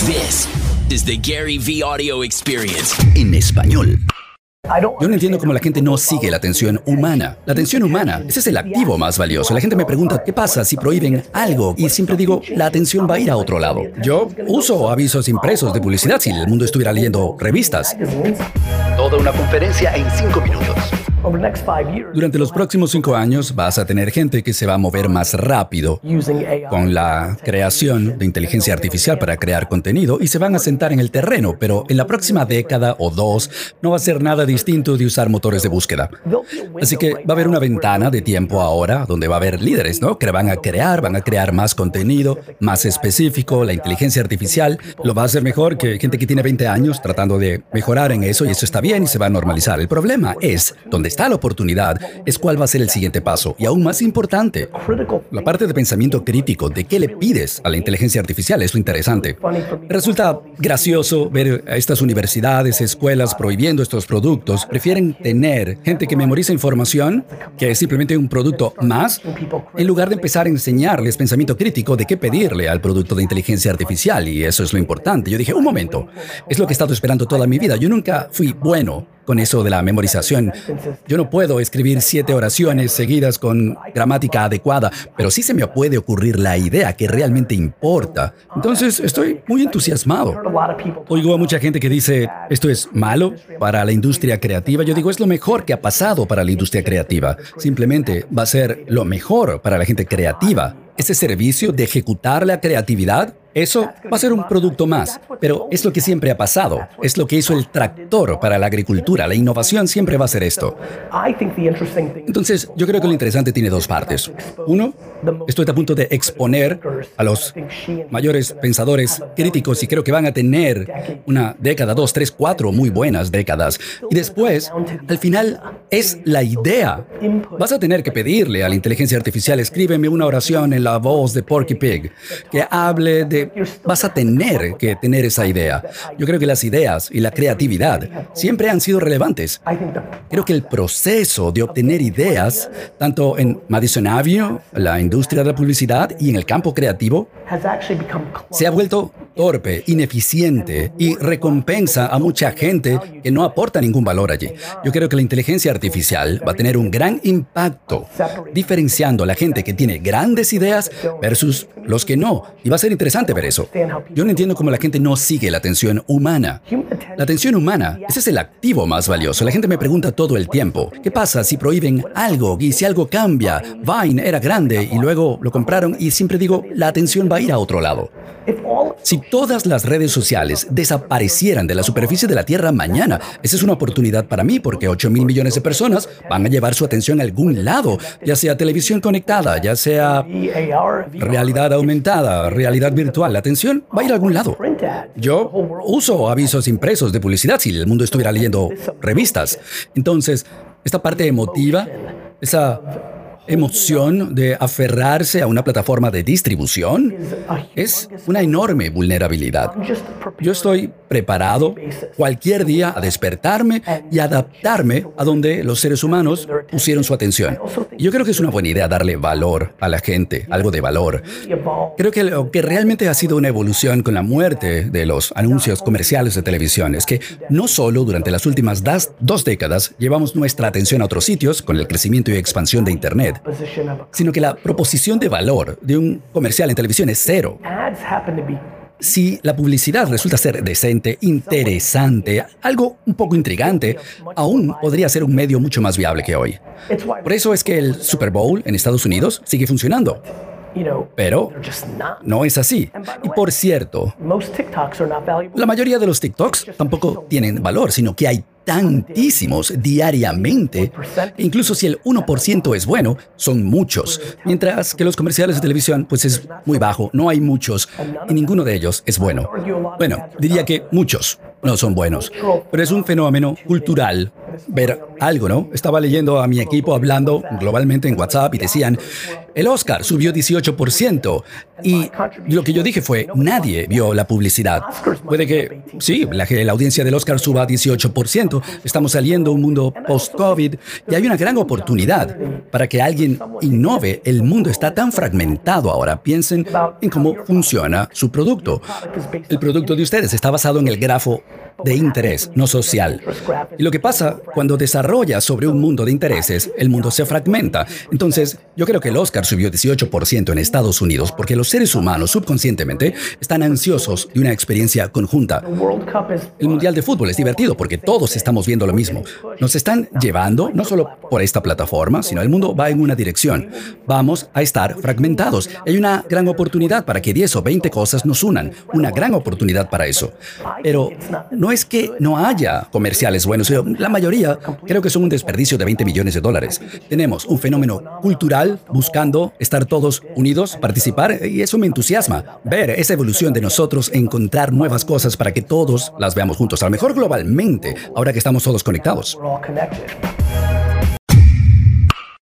This is the Gary V Audio Experience. En español. Yo no entiendo cómo la gente no sigue la atención humana. La atención humana, ese es el activo más valioso. La gente me pregunta, ¿qué pasa si prohíben algo? Y siempre digo, la atención va a ir a otro lado. Yo uso avisos impresos de publicidad si el mundo estuviera leyendo revistas. Toda una conferencia en 5 minutos. Durante los próximos 5 años vas a tener gente que se va a mover más rápido con la creación de inteligencia artificial para crear contenido y se van a sentar en el terreno, pero en la próxima década o 2 no va a ser nada distinto de usar motores de búsqueda. Así que va a haber una ventana de tiempo ahora donde va a haber líderes, ¿no? Que van a crear más contenido, más específico. La inteligencia artificial lo va a hacer mejor que gente que tiene 20 años tratando de mejorar en eso y eso está bien y se va a normalizar. El problema es, donde está la oportunidad, es cuál va a ser el siguiente paso. Y aún más importante, la parte de pensamiento crítico, de qué le pides a la inteligencia artificial, es lo interesante. Resulta gracioso ver a estas universidades, escuelas prohibiendo estos productos. Prefieren tener gente que memoriza información, que es simplemente un producto más, en lugar de empezar a enseñarles pensamiento crítico de qué pedirle al producto de inteligencia artificial. Y eso es lo importante. Yo dije, un momento, es lo que he estado esperando toda mi vida. Yo nunca fui bueno con eso de la memorización. Yo no puedo escribir 7 oraciones seguidas con gramática adecuada, pero sí se me puede ocurrir la idea que realmente importa. Entonces, estoy muy entusiasmado. Oigo a mucha gente que dice, esto es malo para la industria creativa. Yo digo, es lo mejor que ha pasado para la industria creativa. Simplemente va a ser lo mejor para la gente creativa. Ese servicio de ejecutar la creatividad, eso va a ser un producto más, pero es lo que siempre ha pasado. Es lo que hizo el tractor para la agricultura. La innovación siempre va a ser esto. Entonces, yo creo que lo interesante tiene 2 partes. Uno, estoy a punto de exponer a los mayores pensadores críticos y creo que van a tener una década, 2, 3, 4 muy buenas décadas. Y después, al final, es la idea. Vas a tener que pedirle a la inteligencia artificial, escríbeme una oración en la voz de Porky Pig, que hable de... Vas a tener que tener esa idea. Yo creo que las ideas y la creatividad siempre han sido relevantes. Creo que el proceso de obtener ideas, tanto en Madison Avenue, la industria de la publicidad y en el campo creativo, se ha vuelto torpe, ineficiente y recompensa a mucha gente que no aporta ningún valor allí. Yo creo que la inteligencia artificial va a tener un gran impacto diferenciando a la gente que tiene grandes ideas versus los que no. Y va a ser interesante ver eso. Yo no entiendo cómo la gente no sigue la atención humana. La atención humana, ese es el activo más valioso. La gente me pregunta todo el tiempo, ¿qué pasa si prohíben algo y si algo cambia? Vine era grande y luego lo compraron y siempre digo, la atención va a ir a otro lado. Si todas las redes sociales desaparecieran de la superficie de la Tierra mañana, esa es una oportunidad para mí porque 8,000 millones de personas van a llevar su atención a algún lado, ya sea televisión conectada, ya sea realidad aumentada, realidad virtual. La atención va a ir a algún lado. Yo uso avisos impresos de publicidad si el mundo estuviera leyendo revistas. Entonces, esta parte emotiva, esa emoción de aferrarse a una plataforma de distribución es una enorme vulnerabilidad. Yo estoy preparado cualquier día a despertarme y adaptarme a donde los seres humanos pusieron su atención. Yo creo que es una buena idea darle valor a la gente, algo de valor. Creo que lo que realmente ha sido una evolución con la muerte de los anuncios comerciales de televisión es que no solo durante las últimas 2 décadas llevamos nuestra atención a otros sitios con el crecimiento y expansión de Internet, sino que la proposición de valor de un comercial en televisión es 0. Si la publicidad resulta ser decente, interesante, algo un poco intrigante, aún podría ser un medio mucho más viable que hoy. Por eso es que el Super Bowl en Estados Unidos sigue funcionando. Pero no es así. Y por cierto, la mayoría de los TikToks tampoco tienen valor, sino que hay tantísimos diariamente. Incluso si el 1% es bueno, son muchos. Mientras que los comerciales de televisión, pues es muy bajo. No hay muchos y ninguno de ellos es bueno. Bueno, diría que muchos no son buenos. Pero es un fenómeno cultural ver algo, ¿no? Estaba leyendo a mi equipo hablando globalmente en WhatsApp y decían, el Oscar subió 18%. Y lo que yo dije fue, nadie vio la publicidad. Puede que, sí, la audiencia del Oscar suba 18%. Estamos saliendo a un mundo post-COVID y hay una gran oportunidad para que alguien innove. El mundo está tan fragmentado ahora. Piensen en cómo funciona su producto. El producto de ustedes está basado en el grafo de interés, no social. Y lo que pasa cuando desarrollas sobre un mundo de intereses, el mundo se fragmenta. Entonces, yo creo que el Oscar subió 18% en Estados Unidos porque los seres humanos subconscientemente están ansiosos de una experiencia conjunta. El Mundial de Fútbol es divertido porque todos estamos viendo lo mismo. Nos están llevando, no solo por esta plataforma, sino el mundo va en una dirección. Vamos a estar fragmentados. Hay una gran oportunidad para que 10 o 20 cosas nos unan. Una gran oportunidad para eso. Pero no es que no haya comerciales buenos. La mayoría creo que son un desperdicio de $20 millones. Tenemos un fenómeno cultural buscando estar todos unidos, participar, y eso me entusiasma. Ver esa evolución de nosotros, encontrar nuevas cosas para que todos las veamos juntos. A lo mejor globalmente, ahora que estamos todos conectados.